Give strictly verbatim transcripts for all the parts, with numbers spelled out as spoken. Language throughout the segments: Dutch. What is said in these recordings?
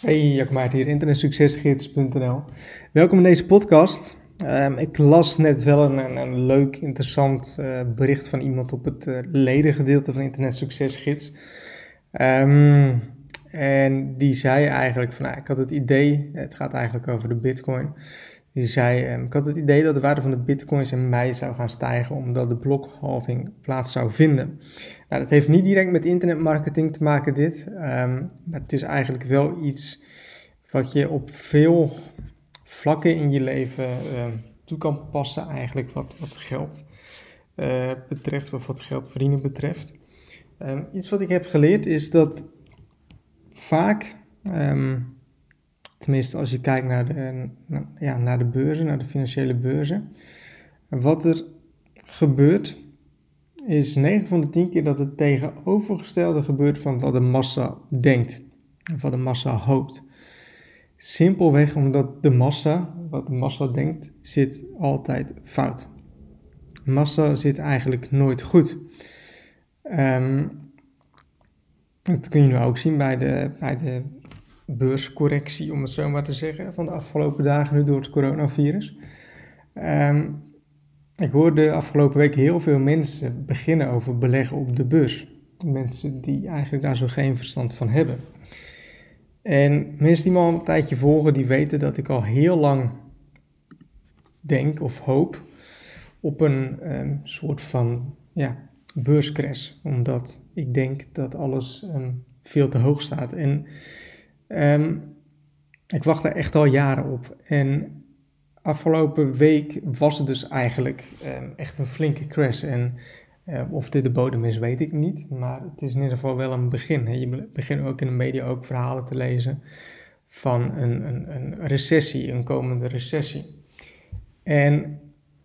Hey, Jack Maart hier, internetsuccesgids punt n l. Welkom in deze podcast. Um, ik las net wel een, een, een leuk, interessant uh, bericht van iemand op het uh, ledengedeelte van Internet Succesgids. Um, en die zei eigenlijk van, nou, ik had het idee, het gaat eigenlijk over de Bitcoin. Die zei, um, ik had het idee dat de waarde van de Bitcoins in mei zou gaan stijgen omdat de blokhalving plaats zou vinden. Nou, dat heeft niet direct met internetmarketing te maken dit, um, maar het is eigenlijk wel iets wat je op veel vlakken in je leven uh, toe kan passen, eigenlijk wat, wat geld uh, betreft of wat geld verdienen betreft. Um, iets wat ik heb geleerd is dat vaak, um, tenminste als je kijkt naar de, naar, ja, naar de beurzen, naar de financiële beurzen, wat er gebeurt is negen van de tien keer dat het tegenovergestelde gebeurt van wat de massa denkt, of wat de massa hoopt. Simpelweg omdat de massa, wat de massa denkt, zit altijd fout. Massa zit eigenlijk nooit goed. Um, dat kun je nu ook zien bij de, bij de beurscorrectie, om het zo maar te zeggen, van de afgelopen dagen nu door het coronavirus. Um, ik hoorde afgelopen week heel veel mensen beginnen over beleggen op de beurs. Mensen die eigenlijk daar zo geen verstand van hebben. En mensen die me al een tijdje volgen, die weten dat ik al heel lang denk of hoop op een um, soort van ja, beurscrash. Omdat ik denk dat alles um, veel te hoog staat. En um, ik wacht daar echt al jaren op. En afgelopen week was het dus eigenlijk um, echt een flinke crash. En uh, of dit de bodem is, weet ik niet. Maar het is in ieder geval wel een begin. Hè. Je begint ook in de media ook verhalen te lezen van een, een, een recessie, een komende recessie. En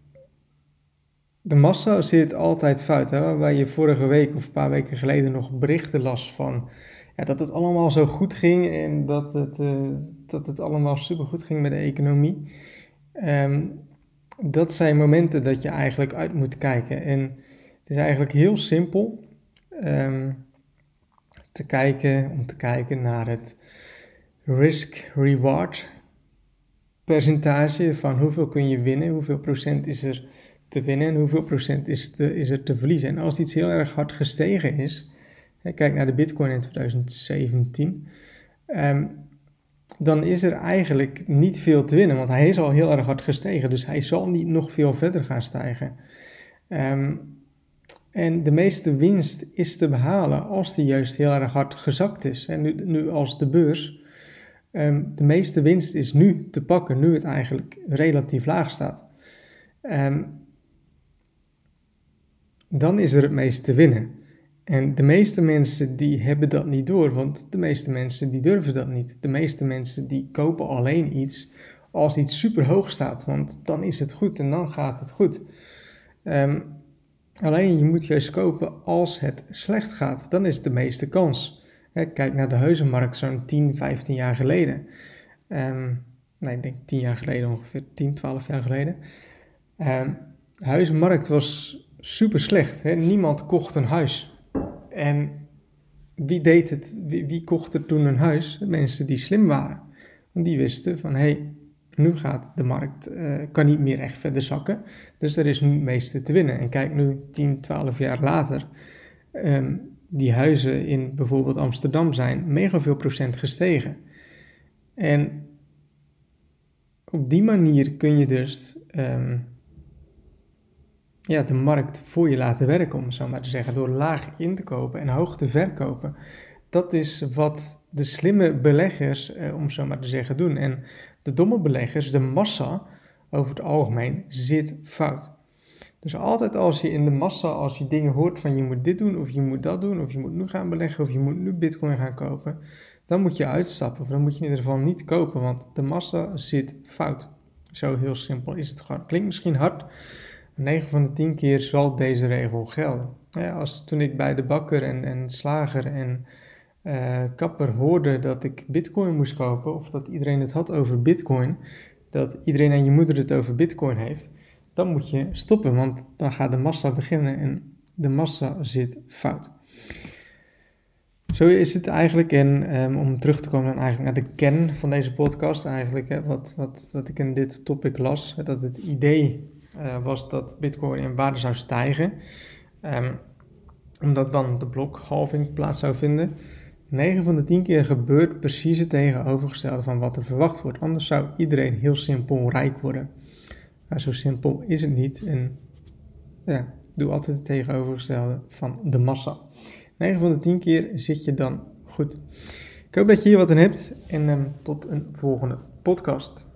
de massa zit altijd fout. Hè? Waar je vorige week of een paar weken geleden nog berichten las van ja, dat het allemaal zo goed ging en dat het, uh, dat het allemaal supergoed ging met de economie. Um, dat zijn momenten dat je eigenlijk uit moet kijken. En het is eigenlijk heel simpel um, te kijken, om te kijken naar het risk-reward percentage van hoeveel kun je winnen, hoeveel procent is er te winnen en hoeveel procent is, te, is er te verliezen. En als iets heel erg hard gestegen is, hè, kijk naar de Bitcoin in twintig zeventien, um, dan is er eigenlijk niet veel te winnen, want hij is al heel erg hard gestegen, dus hij zal niet nog veel verder gaan stijgen. Um, en de meeste winst is te behalen als die juist heel erg hard gezakt is. En nu, nu als de beurs, um, de meeste winst is nu te pakken, nu het eigenlijk relatief laag staat. Um, dan is er het meest te winnen. En de meeste mensen die hebben dat niet door, want de meeste mensen die durven dat niet. De meeste mensen die kopen alleen iets als iets super hoog staat, want dan is het goed en dan gaat het goed. Um, alleen je moet juist kopen als het slecht gaat, dan is het de meeste kans. He, kijk naar de huizenmarkt zo'n tien, vijftien jaar geleden. Um, nee, ik denk tien jaar geleden ongeveer, tien, twaalf jaar geleden. Um, de huizenmarkt was super slecht, he. Niemand kocht een huis. En wie deed het? Wie, wie kocht er toen een huis? De mensen die slim waren. Want die wisten van, hé, hey, nu gaat de markt, uh, kan niet meer echt verder zakken. Dus er is nu het meeste te winnen. En kijk nu, tien, twaalf jaar later, um, die huizen in bijvoorbeeld Amsterdam zijn mega veel procent gestegen. En op die manier kun je dus Um, ja, de markt voor je laten werken, om het zo maar te zeggen, door laag in te kopen en hoog te verkopen. Dat is wat de slimme beleggers, eh, om het zo maar te zeggen, doen. En de domme beleggers, de massa, over het algemeen, zit fout. Dus altijd als je in de massa, als je dingen hoort van je moet dit doen, of je moet dat doen, of je moet nu gaan beleggen, of je moet nu bitcoin gaan kopen, dan moet je uitstappen, of dan moet je in ieder geval niet kopen, want de massa zit fout. Zo heel simpel is het gewoon. Klinkt misschien hard, negen van de tien keer zal deze regel gelden. Ja, als toen ik bij de bakker en, en slager en uh, kapper hoorde dat ik bitcoin moest kopen, of dat iedereen het had over bitcoin, dat iedereen en je moeder het over bitcoin heeft, dan moet je stoppen, want dan gaat de massa beginnen en de massa zit fout. Zo is het eigenlijk. En um, om terug te komen dan eigenlijk naar de kern van deze podcast eigenlijk, hè, wat, wat, wat ik in dit topic las, hè, dat het idee uh, was dat Bitcoin in waarde zou stijgen, um, omdat dan de blokhalving plaats zou vinden. negen van de tien keer gebeurt precies het tegenovergestelde van wat er verwacht wordt. Anders zou iedereen heel simpel rijk worden. Maar zo simpel is het niet. En ja, doe altijd het tegenovergestelde van de massa. negen van de tien keer zit je dan goed. Ik hoop dat je hier wat aan hebt en um, tot een volgende podcast.